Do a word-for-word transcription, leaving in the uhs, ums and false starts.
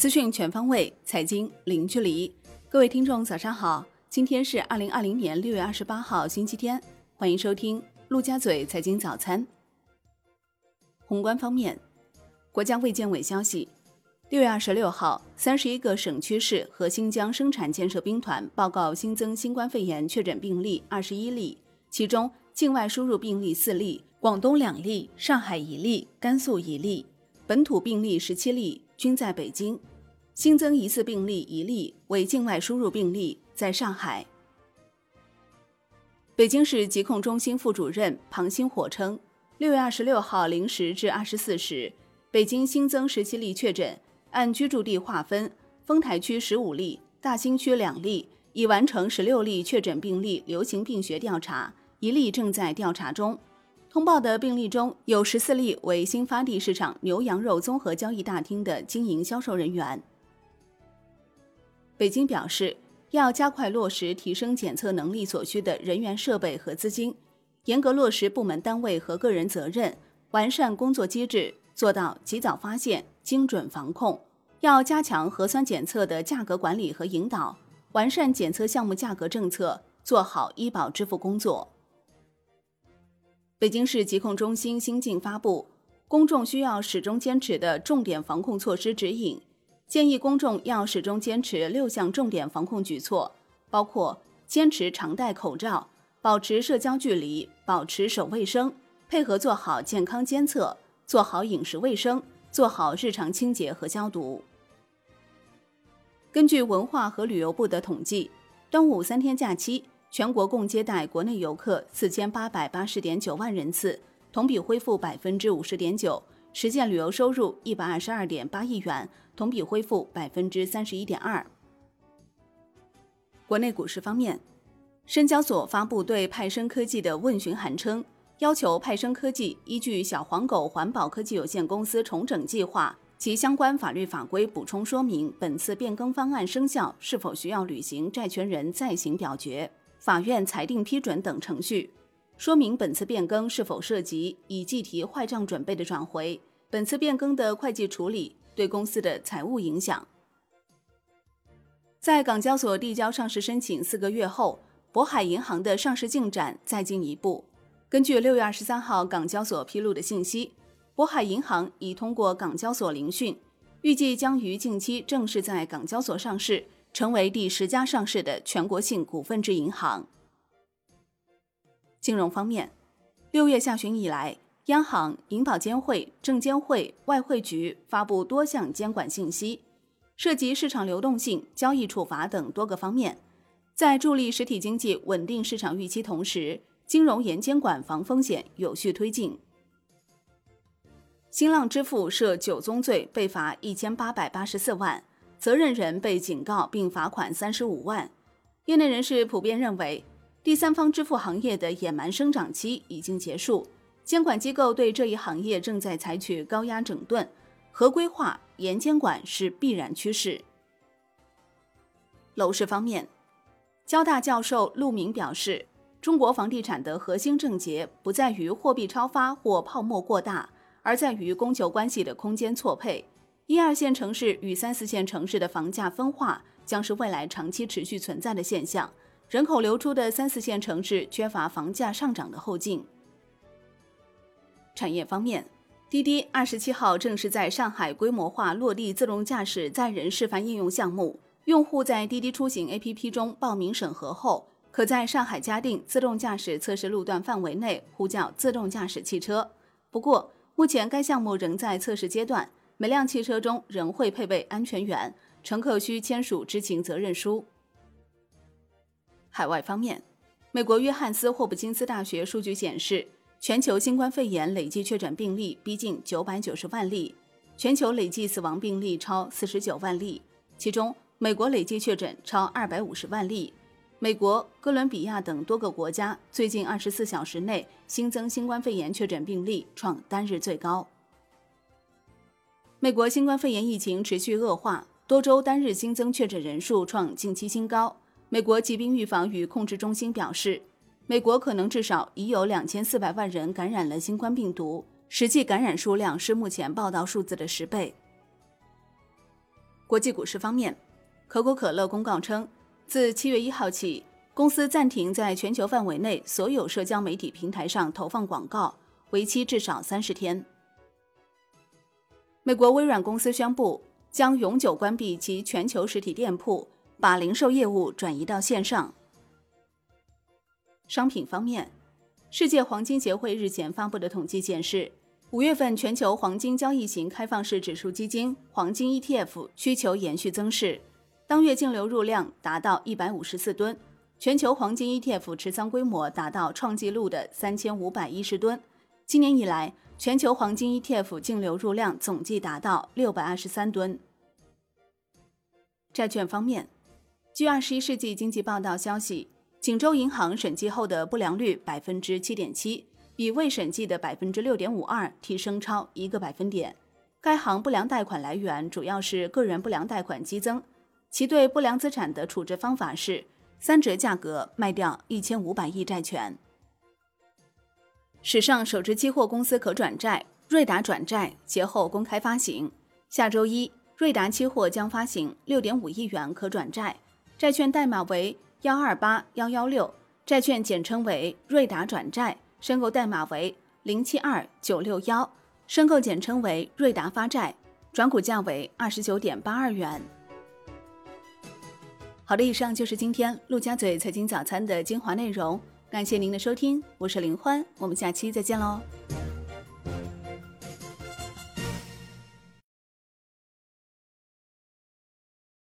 资讯全方位，财经零距离。各位听众早上好，今天是二零二零年六月二十八号星期天，欢迎收听陆家嘴财经早餐。宏观方面，国家卫健委消息，六月二十六号，三十一个省区市和新疆生产建设兵团报告新增新冠肺炎确诊病例二十一例，其中境外输入病例四例，广东两例，上海一例，甘肃一例，本土病例十七例，均在北京。新增疑似病例一例，为境外输入病例，在上海。北京市疾控中心副主任庞星火称，六月二十六号零时至二十四时，北京新增十七例确诊，按居住地划分，丰台区十五例，大兴区两例，已完成十六例确诊病例流行病学调查，一例正在调查中。通报的病例中有十四例为新发地市场牛羊肉综合交易大厅的经营销售人员。北京表示，要加快落实提升检测能力所需的人员设备和资金，严格落实部门单位和个人责任，完善工作机制，做到及早发现、精准防控。要加强核酸检测的价格管理和引导，完善检测项目价格政策，做好医保支付工作。北京市疾控中心新近发布公众需要始终坚持的重点防控措施指引，建议公众要始终坚持六项重点防控举措，包括坚持常戴口罩，保持社交距离，保持手卫生，配合做好健康监测，做好饮食卫生，做好日常清洁和消毒。根据文化和旅游部的统计，端午三天假期，全国共接待国内游客四千八百八十点九万人次，同比恢复百分之五十点九，实现旅游收入一百二十二点八亿元，同比恢复百分之三十一点二。国内股市方面，深交所发布对派生科技的问询函称，要求派生科技依据小黄狗环保科技有限公司重整计划及相关法律法规补充说明本次变更方案生效是否需要履行债权人再行表决、法院裁定批准等程序，说明本次变更是否涉及已计提坏账准备的转回，本次变更的会计处理对公司的财务影响。在港交所递交上市申请四个月后，渤海银行的上市进展再进一步。根据六月二十三号港交所披露的信息，渤海银行已通过港交所聆讯，预计将于近期正式在港交所上市，成为第十家上市的全国性股份制银行。金融方面，六月下旬以来，央行、银保监会、证监会、外汇局发布多项监管信息，涉及市场流动性、交易处罚等多个方面，在助力实体经济稳定市场预期同时，金融严监管防风险有序推进。新浪支付涉九宗罪被罚一千八百八十四万，责任人被警告并罚款三十五万。业内人士普遍认为，第三方支付行业的野蛮生长期已经结束，监管机构对这一行业正在采取高压整顿，合规化、严监管是必然趋势。楼市方面，交大教授陆明表示，中国房地产的核心症结不在于货币超发或泡沫过大，而在于供求关系的空间错配。一二线城市与三四线城市的房价分化将是未来长期持续存在的现象，人口流出的三四线城市缺乏房价上涨的后劲。产业方面，滴滴二十七号正式在上海规模化落地自动驾驶载人示范应用项目，用户在滴滴出行 A P P 中报名审核后，可在上海嘉定自动驾驶测试路段范围内呼叫自动驾驶汽车。不过，目前该项目仍在测试阶段，每辆汽车中仍会配备安全员，乘客需签署知情责任书。海外方面，美国约翰斯霍普金斯大学数据显示，全球新冠肺炎累计确诊病例逼近九百九十万例，全球累计死亡病例超四十九万例，其中美国累计确诊超二百五十万例。美国、哥伦比亚等多个国家最近二十四小时内新增新冠肺炎确诊病例创单日最高。美国新冠肺炎疫情持续恶化，多州单日新增确诊人数创近期新高。美国疾病预防与控制中心表示，美国可能至少已有两千四百万人感染了新冠病毒，实际感染数量是目前报道数字的十倍。 国际股市方面，可口可乐公告称，自七月一号起，公司暂停在全球范围内所有社交媒体平台上投放广告，为期至少三十天。美国微软公司宣布将永久关闭其全球实体店铺，把零售业务转移到线上。商品方面，世界黄金协会日前发布的统计显示，五月份全球黄金交易型开放式指数基金黄金 E T F 需求延续增势，当月净流入量达到一百五十四吨，全球黄金 E T F 持仓规模达到创纪录的三千五百一十吨。今年以来，全球黄金 E T F 净流入量总计达到六百二十三吨。债券方面，据二十一世纪经济报道消息，锦州银行审计后的不良率 百分之七点七，比未审计的 百分之六点五二 提升超一个百分点。该行不良贷款来源主要是个人不良贷款激增，其对不良资产的处置方法是三折价格卖掉一千五百亿债权。史上首支期货公司可转债瑞达转债节后公开发行，下周一，瑞达期货将发行 六点五亿元可转债，债券代码为一二八一一六，债券简称为瑞达转债，申购代码为零七二九六一，申购简称为瑞达发债，转股价为 二十九点八二元。好的，以上就是今天陆家嘴财经早餐的精华内容，感谢您的收听，我是林欢，我们下期再见喽。